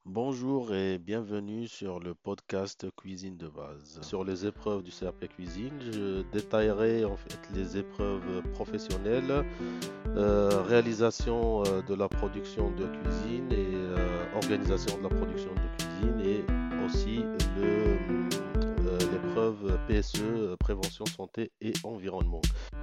Bonjour et bienvenue sur le podcast Cuisine de base. Sur les épreuves du CAP Cuisine, je détaillerai en fait les épreuves professionnelles, réalisation de la production de cuisine et organisation de la production de cuisine et aussi l'épreuve PSE, prévention santé et environnement.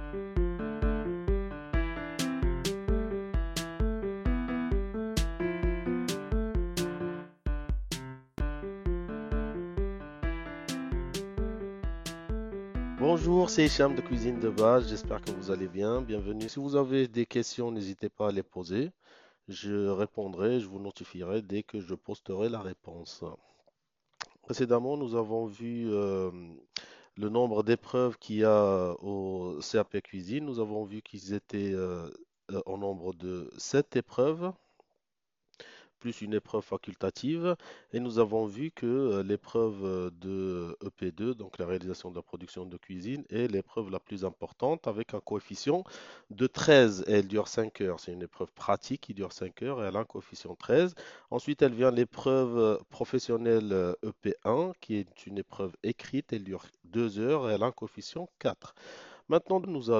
Bonjour, c'est Hicham de Cuisine de base, j'espère que vous allez bien. Bienvenue. Si vous avez des questions, n'hésitez pas à les poser. Je répondrai, je vous notifierai dès que je posterai la réponse. Précédemment, nous avons vu le nombre d'épreuves qu'il y a au CAP Cuisine. Nous avons vu qu'ils étaient au nombre de 7 épreuves plus une épreuve facultative. Et nous avons vu que l'épreuve de EP2, donc la réalisation de la production de cuisine, est l'épreuve la plus importante avec un coefficient de 13. Et elle dure 5 heures. C'est une épreuve pratique qui dure 5 heures et elle a un coefficient 13. Ensuite, elle vient l'épreuve professionnelle EP1 qui est une épreuve écrite. Elle dure 2 heures et elle a un coefficient 4. Maintenant,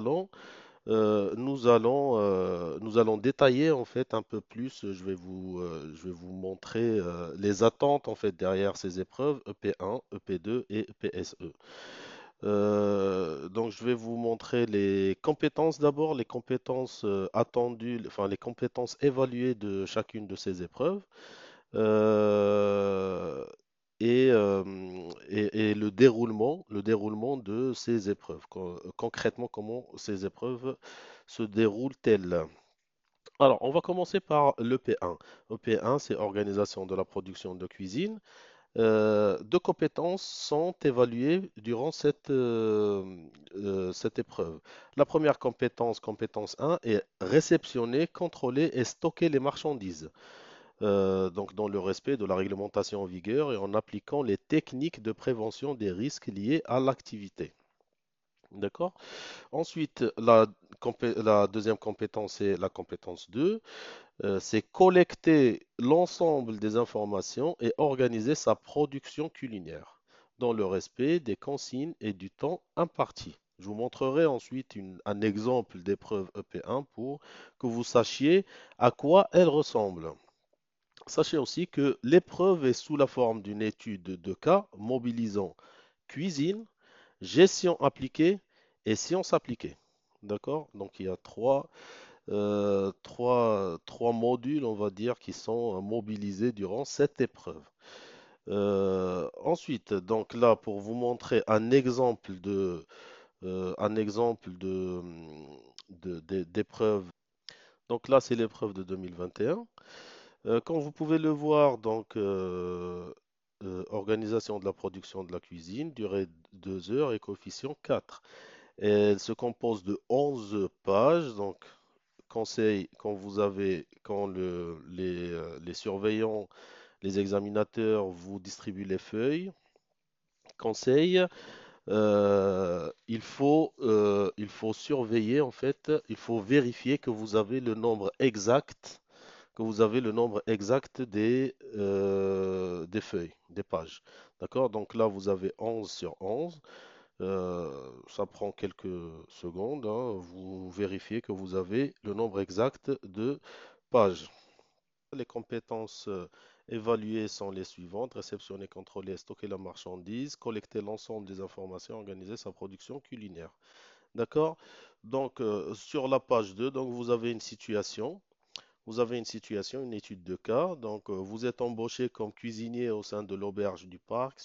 nous allons détailler en fait un peu plus. Je vais vous montrer les attentes en fait derrière ces épreuves EP1, EP2 et PSE. Donc, je vais vous montrer les compétences d'abord, les compétences attendues, enfin les compétences évaluées de chacune de ces épreuves. Euh, et le déroulement de ces épreuves. Concrètement, comment ces épreuves se déroulent-elles? Alors, on va commencer par l'EP1. EP1, c'est organisation de la production de cuisine. Deux compétences sont évaluées durant cette épreuve. La première compétence, compétence 1, est réceptionner, contrôler et stocker les marchandises donc dans le respect de la réglementation en vigueur et en appliquant les techniques de prévention des risques liés à l'activité. D'accord? Ensuite, la deuxième compétence, c'est la compétence 2, c'est collecter l'ensemble des informations et organiser sa production culinaire dans le respect des consignes et du temps imparti. Je vous montrerai ensuite un exemple d'épreuve EP1 pour que vous sachiez à quoi elle ressemble. Sachez aussi que l'épreuve est sous la forme d'une étude de cas mobilisant cuisine, gestion appliquée et sciences appliquées. D'accord? Donc il y a trois modules, on va dire, qui sont mobilisés durant cette épreuve. Ensuite, donc là, pour vous montrer un exemple d'épreuve. Donc là, c'est l'épreuve de 2021. Comme vous pouvez le voir, donc, organisation de la production de la cuisine, durée 2 heures et coefficient 4. Et elle se compose de 11 pages. Donc, conseil, quand les surveillants, les examinateurs vous distribuent les feuilles, conseil, il faut surveiller, en fait, il faut vérifier que vous avez le nombre exact des feuilles, des pages. D'accord? Donc là, vous avez 11 sur 11. Ça prend quelques secondes, hein. Vous vérifiez que vous avez le nombre exact de pages. Les compétences évaluées sont les suivantes: réceptionner, contrôler, stocker la marchandise, collecter l'ensemble des informations, organiser sa production culinaire. D'accord? Donc, sur la page 2, donc, vous avez une situation. Vous avez une situation, une étude de cas. Donc, vous êtes embauché comme cuisinier au sein de l'auberge du parc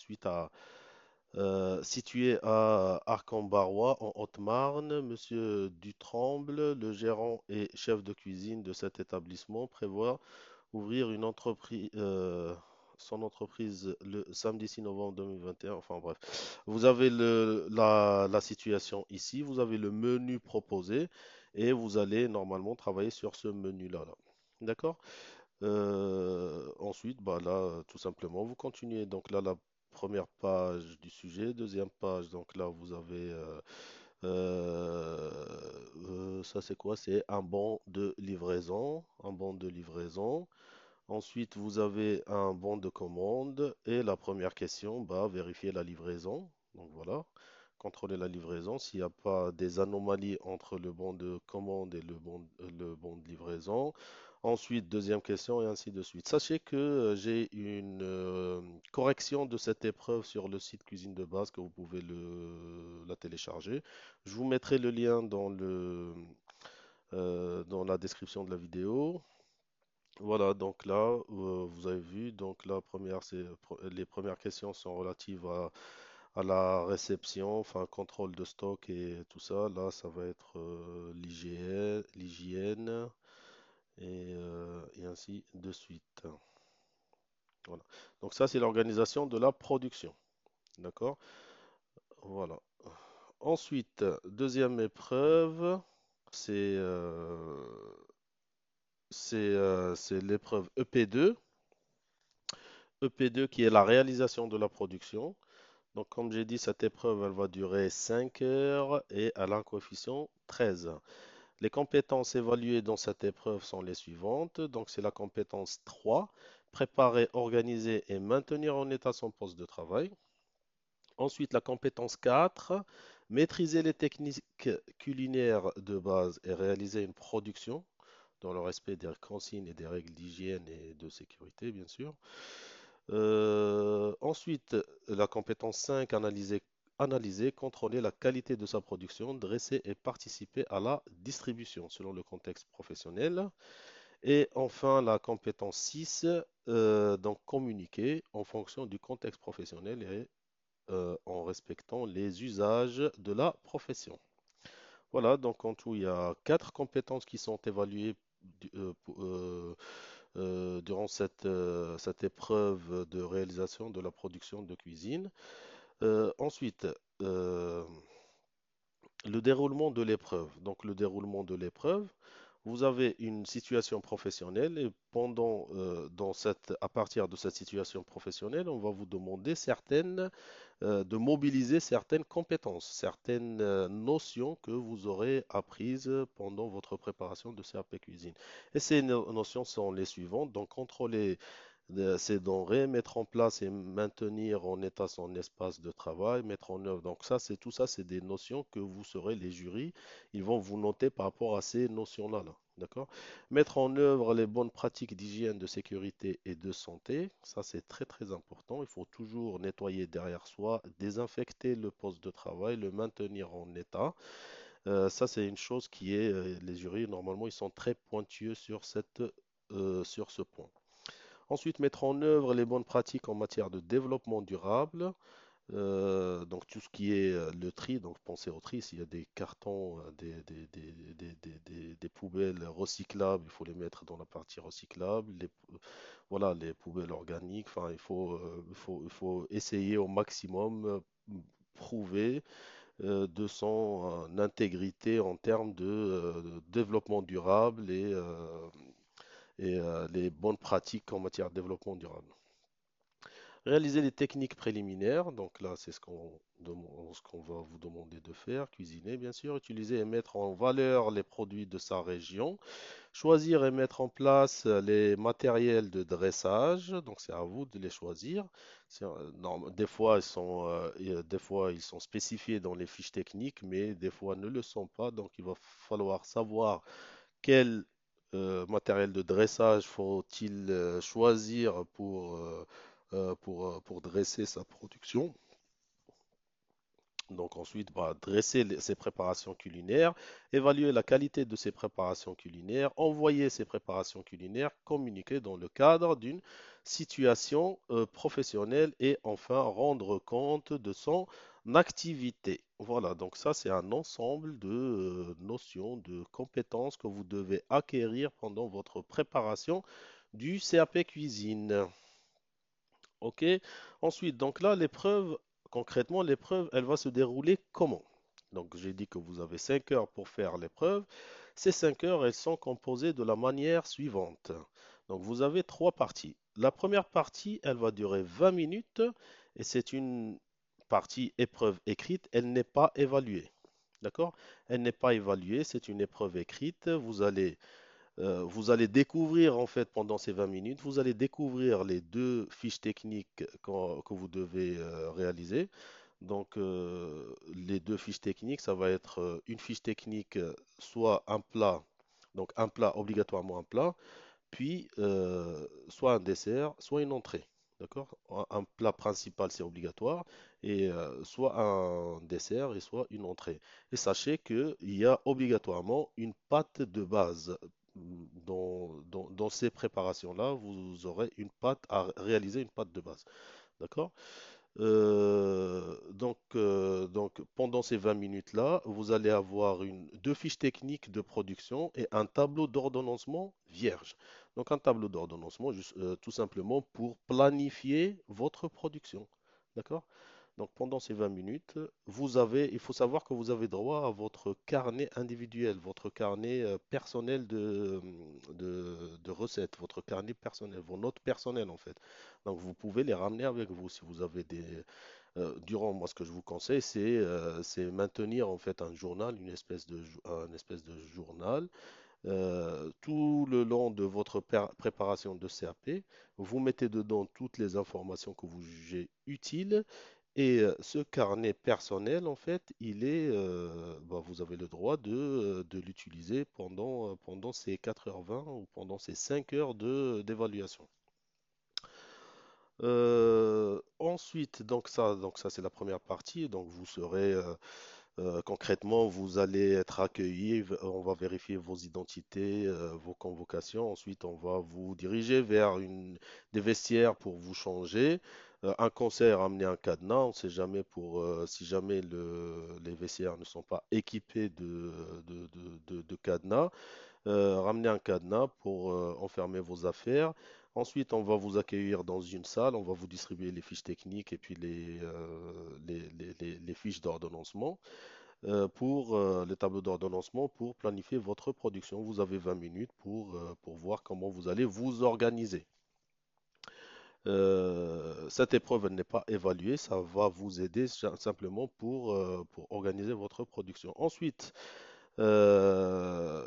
situé à Arc-en-Barrois, en Haute-Marne. Monsieur Dutremble, le gérant et chef de cuisine de cet établissement, prévoit ouvrir son entreprise le samedi 6 novembre 2021. Enfin bref, vous avez la situation ici, vous avez le menu proposé et vous allez normalement travailler sur ce menu-là. Là. D'accord? Ensuite, bah là, tout simplement, vous continuez. Donc là, la première page du sujet, deuxième page. Donc là, vous avez ça c'est quoi? C'est un bon de livraison, un bon de livraison. Ensuite, vous avez un bon de commande et la première question, bah, vérifier la livraison. Donc voilà, contrôler la livraison. S'il n'y a pas des anomalies entre le bon de commande et le bon de livraison. Ensuite, deuxième question et ainsi de suite. Sachez que j'ai une correction de cette épreuve sur le site Cuisine de base que vous pouvez la télécharger. Je vous mettrai le lien dans la description de la vidéo. Voilà, donc là, vous avez vu, donc la première, les premières questions sont relatives à la réception, enfin contrôle de stock et tout ça. Là, ça va être l'hygiène et ainsi de suite. Voilà. Donc ça, c'est l'organisation de la production. D'accord? Voilà. Ensuite, deuxième épreuve, c'est c'est l'épreuve EP2. EP2 qui est la réalisation de la production. Donc, comme j'ai dit, cette épreuve, elle va durer 5 heures et elle a un coefficient 13. Les compétences évaluées dans cette épreuve sont les suivantes. Donc, c'est la compétence 3, préparer, organiser et maintenir en état son poste de travail. Ensuite, la compétence 4, maîtriser les techniques culinaires de base et réaliser une production dans le respect des consignes et des règles d'hygiène et de sécurité, bien sûr. Ensuite, la compétence 5, analyser, contrôler la qualité de sa production, dresser et participer à la distribution selon le contexte professionnel. Et enfin, la compétence 6, donc communiquer en fonction du contexte professionnel et en respectant les usages de la profession. Voilà, donc en tout, il y a 4 compétences qui sont évaluées durant cette épreuve de réalisation de la production de cuisine. Ensuite, euh, le déroulement de l'épreuve. Donc, le déroulement de l'épreuve, vous avez une situation professionnelle et à partir de cette situation professionnelle, on va vous demander de mobiliser certaines compétences, certaines notions que vous aurez apprises pendant votre préparation de CAP cuisine. Et ces notions sont les suivantes. Donc, contrôler ces denrées, mettre en place et maintenir en état son espace de travail, mettre en œuvre. Donc ça, c'est tout ça, c'est des notions que vous serez les jurys, ils vont vous noter par rapport à ces notions-là, là. D'accord? Mettre en œuvre les bonnes pratiques d'hygiène, de sécurité et de santé, ça c'est très très important. Il faut toujours nettoyer derrière soi, désinfecter le poste de travail, le maintenir en état. Ça c'est une chose qui est, les jurys normalement ils sont très pointueux sur ce point. Ensuite, mettre en œuvre les bonnes pratiques en matière de développement durable. Donc tout ce qui est le tri, donc pensez au tri, s'il y a des cartons, des poubelles recyclables, il faut les mettre dans la partie recyclable. Voilà, les poubelles organiques, enfin, il faut essayer au maximum prouver de son intégrité en termes de développement durable et les bonnes pratiques en matière de développement durable. Réaliser les techniques préliminaires, donc là c'est ce qu'on va vous demander de faire, cuisiner bien sûr, utiliser et mettre en valeur les produits de sa région, choisir et mettre en place les matériels de dressage, donc c'est à vous de les choisir. Non, des fois ils sont spécifiés dans les fiches techniques, mais des fois ne le sont pas, donc il va falloir savoir quel matériel de dressage faut-il choisir pour dresser sa production? Donc ensuite, bah, dresser ses préparations culinaires, évaluer la qualité de ses préparations culinaires, envoyer ses préparations culinaires, communiquer dans le cadre d'une situation professionnelle et enfin rendre compte de son activité. Voilà, donc ça c'est un ensemble de notions, de compétences que vous devez acquérir pendant votre préparation du CAP cuisine. Ok. Ensuite, donc là, concrètement, l'épreuve, elle va se dérouler comment? Donc, j'ai dit que vous avez 5 heures pour faire l'épreuve. Ces 5 heures, elles sont composées de la manière suivante. Donc, vous avez 3 parties. La première partie, elle va durer 20 minutes et c'est une partie épreuve écrite. Elle n'est pas évaluée. D'accord? Elle n'est pas évaluée, c'est une épreuve écrite. Vous allez Vous allez découvrir en fait pendant ces 20 minutes, vous allez découvrir les deux fiches techniques que vous devez réaliser. Donc les deux fiches techniques, ça va être une fiche technique, soit un plat, donc un plat, obligatoirement un plat, puis soit un dessert, soit une entrée. D'accord? Un plat principal, c'est obligatoire, et soit un dessert et soit une entrée. Et sachez qu'il y a obligatoirement une pâte de base. Dans ces préparations-là, vous aurez une pâte à réaliser, une pâte de base. D'accord? Donc, pendant ces 20 minutes-là, vous allez avoir deux fiches techniques de production et un tableau d'ordonnancement vierge. Donc, un tableau d'ordonnancement, tout simplement pour planifier votre production. D'accord? Donc, pendant ces 20 minutes, il faut savoir que vous avez droit à votre carnet individuel, votre carnet personnel de recettes, votre carnet personnel, vos notes personnelles en fait. Donc, vous pouvez les ramener avec vous si vous avez moi, ce que je vous conseille, c'est maintenir en fait un journal, un espèce de journal tout le long de votre préparation de CAP. Vous mettez dedans toutes les informations que vous jugez utiles et ce carnet personnel, en fait, vous avez le droit de l'utiliser pendant ces 4h20 ou pendant ces 5 heures d'évaluation. Ensuite, donc ça c'est la première partie. Donc vous serez concrètement, vous allez être accueilli. On va vérifier vos identités, vos convocations. Ensuite, on va vous diriger vers des vestiaires pour vous changer. Un conseil, amener un cadenas. On ne sait jamais si jamais les vestiaires ne sont pas équipés de cadenas. Ramener un cadenas pour enfermer vos affaires. Ensuite, on va vous accueillir dans une salle, on va vous distribuer les fiches techniques et puis les fiches d'ordonnancement pour les tableaux d'ordonnancement pour planifier votre production. Vous avez 20 minutes pour voir comment vous allez vous organiser. Cette épreuve elle n'est pas évaluée, ça va vous aider simplement pour organiser votre production. Ensuite, euh,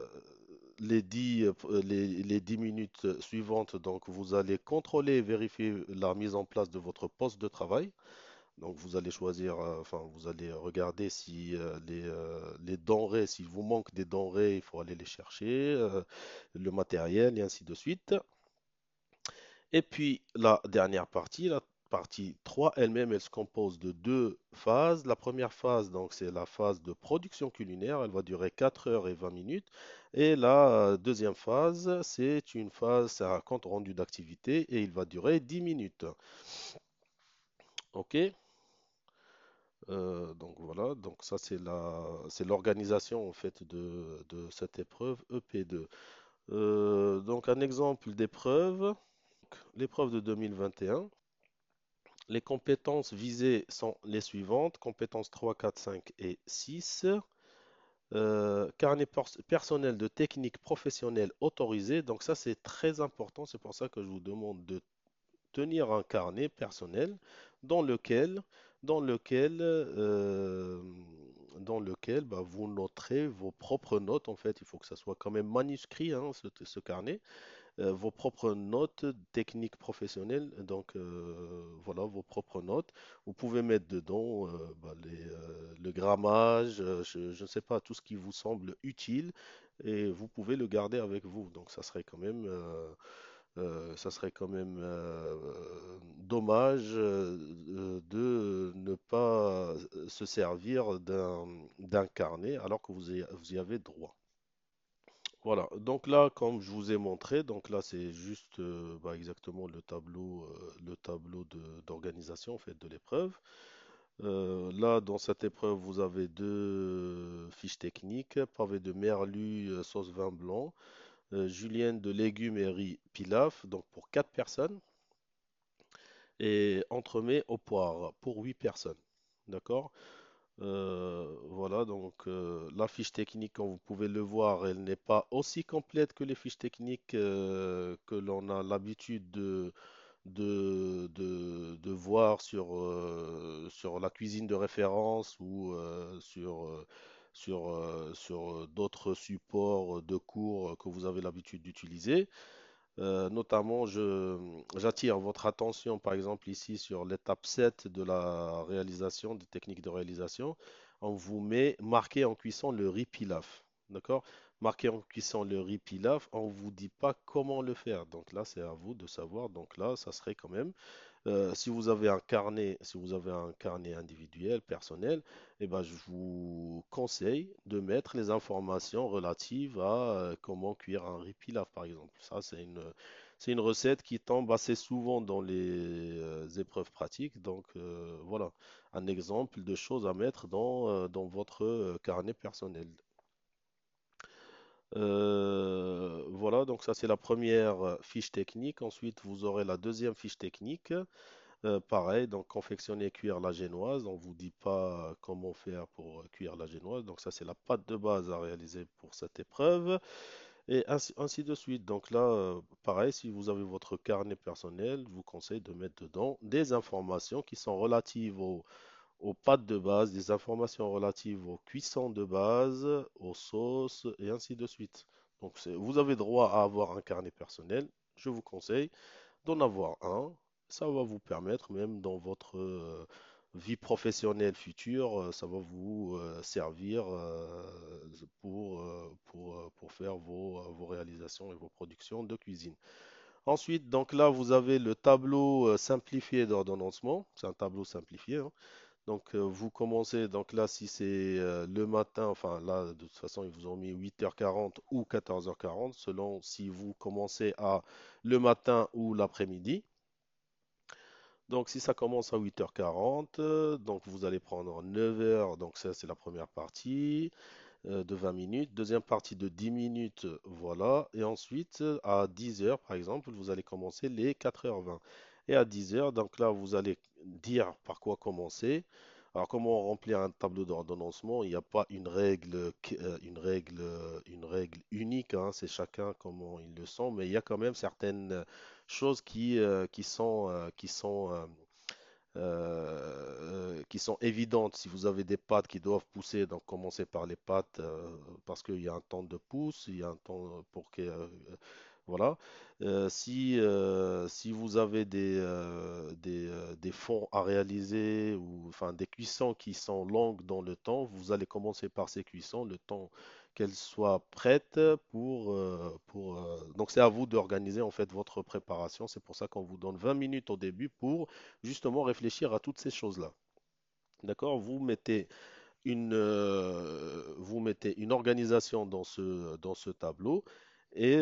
les 10 minutes suivantes, donc vous allez contrôler et vérifier la mise en place de votre poste de travail. Donc vous allez choisir, enfin vous allez regarder si les denrées, s'il vous manque des denrées, il faut aller les chercher, le matériel et ainsi de suite. Et puis la dernière partie, la partie 3 elle-même, elle se compose de deux phases. La première phase, donc c'est la phase de production culinaire, elle va durer 4 heures et 20 minutes. Et la deuxième phase, c'est un compte rendu d'activité et il va durer 10 minutes. OK? Donc voilà, donc ça c'est l'organisation en fait de cette épreuve EP2. Donc un exemple d'épreuve, l'épreuve de 2021. Les compétences visées sont les suivantes, compétences 3, 4, 5 et 6. Carnet personnel de technique professionnelle autorisée. Donc ça c'est très important, c'est pour ça que je vous demande de tenir un carnet personnel dans lequel, dans lequel, euh, dans lequel vous noterez vos propres notes. En fait, il faut que ça soit quand même manuscrit, hein, ce carnet. Vos propres notes techniques professionnelles. Donc, voilà, vos propres notes. Vous pouvez mettre dedans le grammage, je ne sais pas, tout ce qui vous semble utile. Et vous pouvez le garder avec vous. Donc, ça serait quand même dommage de ne pas se servir d'un carnet alors que vous y avez droit. Voilà, donc là, comme je vous ai montré, donc là, c'est juste exactement le tableau d'organisation en fait, de l'épreuve. Là, dans cette épreuve, vous avez deux fiches techniques, pavé de merlu, sauce vin blanc, julienne de légumes et riz pilaf, donc pour 4 personnes. Et entremets aux poires pour 8 personnes. D'accord? Voilà, donc la fiche technique, comme vous pouvez le voir, elle n'est pas aussi complète que les fiches techniques que l'on a l'habitude de voir sur la cuisine de référence ou sur d'autres supports de cours que vous avez l'habitude d'utiliser. Notamment, j'attire votre attention, par exemple, ici sur l'étape 7 de la réalisation, des techniques de réalisation. On vous met marqué en cuisson le riz pilaf. D'accord? Marqué en cuisson le riz pilaf, on ne vous dit pas comment le faire. Donc là, c'est à vous de savoir. Donc là, ça serait quand même si vous avez un carnet individuel, personnel, eh ben, je vous conseille de mettre les informations relatives à comment cuire un riz pilaf, par exemple. Ça, c'est une recette qui tombe assez souvent dans les épreuves pratiques. Donc, voilà, un exemple de choses à mettre dans votre carnet personnel. Voilà, donc ça, c'est la première fiche technique. Ensuite, vous aurez la deuxième fiche technique. Pareil, donc confectionner et cuire la génoise. On vous dit pas comment faire pour cuire la génoise. Donc ça, c'est la pâte de base à réaliser pour cette épreuve. Et ainsi de suite. Donc là, pareil, si vous avez votre carnet personnel, je vous conseille de mettre dedans des informations qui sont relatives aux pâtes de base, des informations relatives aux cuissons de base, aux sauces et ainsi de suite. Donc vous avez droit à avoir un carnet personnel. Je vous conseille d'en avoir un. Ça va vous permettre, même dans votre vie professionnelle future, ça va vous servir pour faire vos réalisations et vos productions de cuisine. Ensuite, donc là, vous avez le tableau simplifié d'ordonnancement. C'est un tableau simplifié, hein. Donc, vous commencez, donc là, si c'est le matin, enfin là, de toute façon, ils vous ont mis 8h40 ou 14h40, selon si vous commencez à le matin ou l'après-midi. Donc, si ça commence à 8h40, donc vous allez prendre 9h, donc ça c'est la première partie de 20 minutes, deuxième partie de 10 minutes, voilà, et ensuite à 10h par exemple, vous allez commencer les 4h20. Et à 10h, donc là vous allez dire par quoi commencer. Alors, comment remplir un tableau d'ordonnancement? Il n'y a pas une règle unique, hein, c'est chacun comment il le sent, mais il y a quand même certaines choses qui sont évidentes. Si vous avez des pâtes qui doivent pousser, donc commencez par les pâtes parce qu'il y a un temps de pousse, il y a un temps pour que voilà. Si vous avez des fonds à réaliser ou enfin des cuissons qui sont longues dans le temps, vous allez commencer par ces cuissons, le temps qu'elles soient prêtes donc c'est à vous d'organiser en fait votre préparation. C'est pour ça qu'on vous donne 20 minutes au début pour justement réfléchir à toutes ces choses-là. D'accord? Vous mettez une organisation dans ce tableau et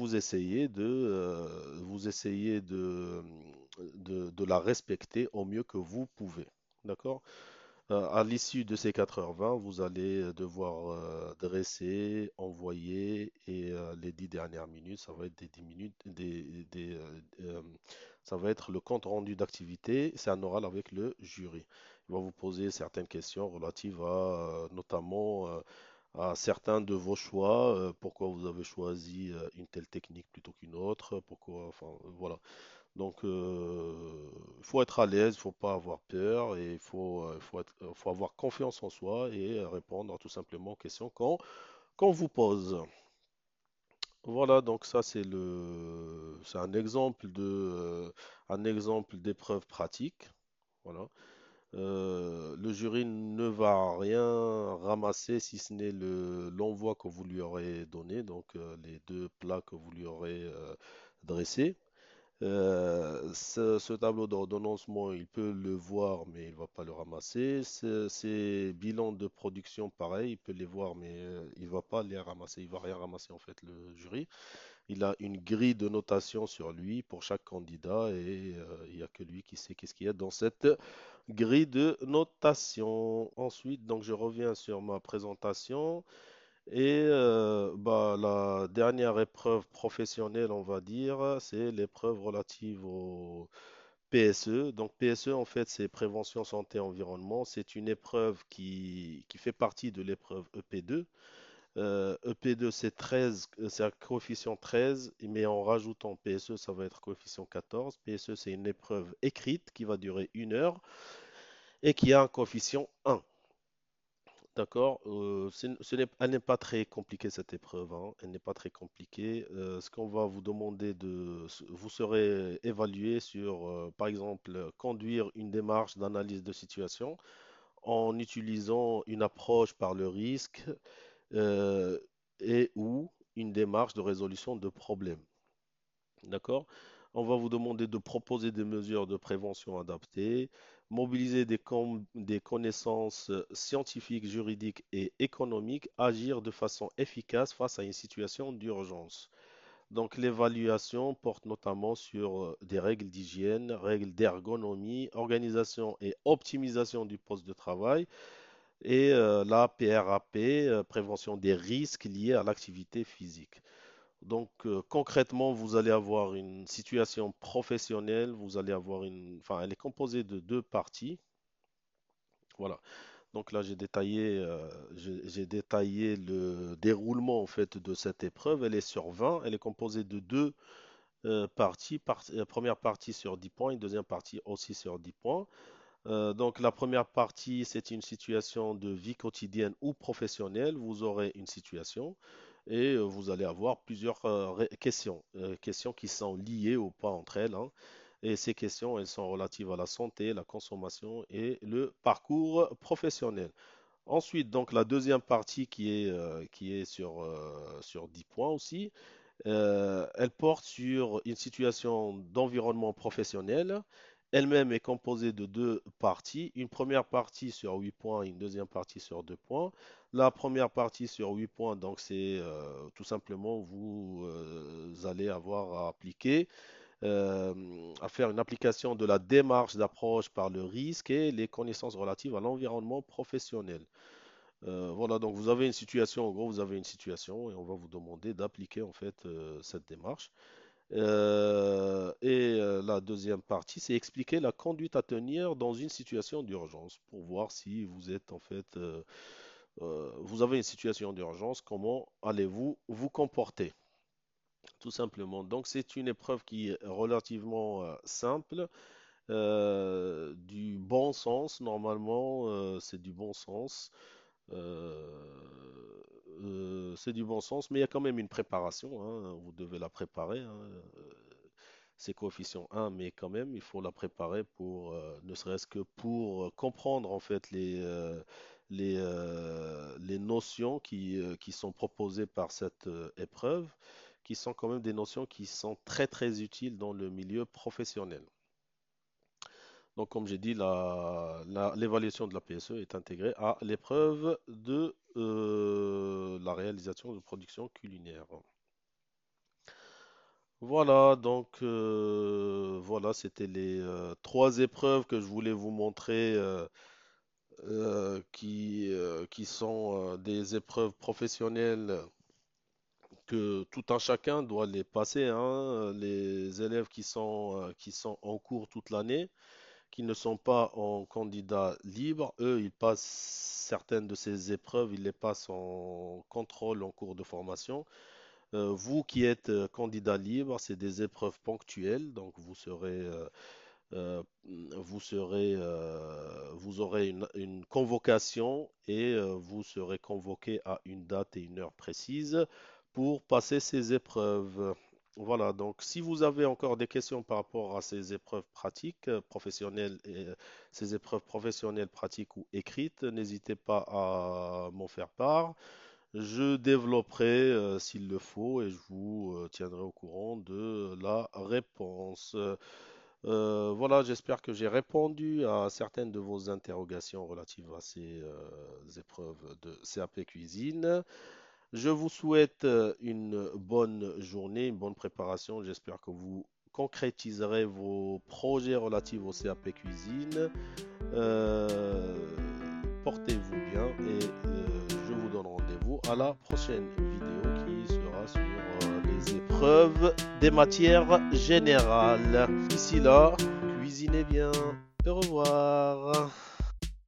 vous essayez de la respecter au mieux que vous pouvez. D'accord? À l'issue de ces 4h20, vous allez devoir dresser, envoyer et les 10 dernières minutes, ça va être des 10 minutes, ça va être le compte rendu d'activité. C'est un oral avec le jury. Il va vous poser certaines questions relatives à notamment à certains de vos choix, pourquoi vous avez choisi une telle technique plutôt qu'une autre, pourquoi, enfin voilà. Donc, il faut être à l'aise, il faut pas avoir peur et faut avoir confiance en soi et répondre tout simplement aux questions qu'on vous pose. Voilà, donc ça c'est un exemple d'épreuve pratique. Voilà. Le jury ne va rien ramasser si ce n'est l'envoi que vous lui aurez donné, donc les deux plats que vous lui aurez dressés. Ce tableau d'ordonnancement, il peut le voir, mais il va pas le ramasser. Ces bilans de production, pareil, il peut les voir, mais il va pas les ramasser. Il va rien ramasser en fait, le jury. Il a une grille de notation sur lui pour chaque candidat et il n'y a que lui qui sait qu'est-ce qu'il y a dans cette grille de notation. Ensuite, donc je reviens sur ma présentation. Et bah, la dernière épreuve professionnelle, on va dire, c'est l'épreuve relative au PSE. Donc PSE, en fait, c'est prévention santé environnement. C'est une épreuve qui fait partie de l'épreuve EP2. EP2, c'est 13, c'est un coefficient 13, mais en rajoutant PSE, ça va être coefficient 14. PSE, c'est une épreuve écrite qui va durer 1 heure et qui a un coefficient 1. D'accord, elle n'est pas très compliquée cette épreuve, hein. Elle n'est pas très compliquée. Ce qu'on va vous demander vous serez évalué sur, par exemple, conduire une démarche d'analyse de situation en utilisant une approche par le risque euh, et ou une démarche de résolution de problèmes. D'accord? On va vous demander de proposer des mesures de prévention adaptées, mobiliser des connaissances scientifiques, juridiques et économiques, agir de façon efficace face à une situation d'urgence. Donc l'évaluation porte notamment sur des règles d'hygiène, règles d'ergonomie, organisation et optimisation du poste de travail et la PRAP, prévention des risques liés à l'activité physique. Donc concrètement, vous allez avoir une situation professionnelle, vous allez avoir enfin, elle est composée de deux parties. Voilà. Donc là, j'ai détaillé le déroulement en fait de cette épreuve. Elle est sur 20. Elle est composée de deux parties. Première partie sur 10 points, une deuxième partie aussi sur 10 points. Donc la première partie, c'est une situation de vie quotidienne ou professionnelle. Vous aurez une situation et vous allez avoir plusieurs questions, questions qui sont liées ou pas entre elles, hein. Et ces questions, elles sont relatives à la santé, la consommation et le parcours professionnel. Ensuite, donc la deuxième partie qui est sur 10 points aussi, elle porte sur une situation d'environnement professionnel. Elle-même est composée de deux parties. Une première partie sur 8 points et une deuxième partie sur 2 points. La première partie sur 8 points, donc c'est tout simplement vous allez avoir à appliquer, à faire une application de la démarche d'approche par le risque et les connaissances relatives à l'environnement professionnel. Voilà, donc vous avez une situation, en gros, vous avez une situation et on va vous demander d'appliquer en fait cette démarche. La deuxième partie, c'est expliquer la conduite à tenir dans une situation d'urgence pour voir si vous êtes en fait, vous avez une situation d'urgence, comment allez-vous vous comporter, tout simplement. Donc c'est une épreuve qui est relativement simple, du bon sens, normalement, c'est du bon sens. Euh, c'est du bon sens, mais il y a quand même une préparation, hein. Vous devez la préparer, hein. C'est coefficient 1, mais quand même, il faut la préparer pour, ne serait-ce que pour comprendre en fait les notions qui sont proposées par cette épreuve, qui sont quand même des notions qui sont très très utiles dans le milieu professionnel. Donc, comme j'ai dit, l'évaluation de la PSE est intégrée à l'épreuve de la réalisation de production culinaire. Voilà, donc voilà, c'était les trois épreuves que je voulais vous montrer qui sont des épreuves professionnelles que tout un chacun doit les passer, hein. Les élèves qui sont en cours toute l'année, qui ne sont pas en candidat libre, eux, ils passent certaines de ces épreuves, ils les passent en contrôle en cours de formation. Vous qui êtes candidat libre, c'est des épreuves ponctuelles, donc euh, vous aurez une convocation et vous serez convoqué à une date et une heure précise pour passer ces épreuves. Voilà, donc si vous avez encore des questions par rapport à ces épreuves pratiques, professionnelles et ces épreuves professionnelles pratiques ou écrites, n'hésitez pas à m'en faire part. Je développerai s'il le faut et je vous tiendrai au courant de la réponse. Voilà, j'espère que j'ai répondu à certaines de vos interrogations relatives à ces épreuves de CAP Cuisine. Je vous souhaite une bonne journée, une bonne préparation. J'espère que vous concrétiserez vos projets relatifs au CAP Cuisine. Euh, Portez-vous bien et je vous donne rendez-vous à la prochaine vidéo qui sera sur les épreuves des matières générales. D'ici là, cuisinez bien. Au revoir.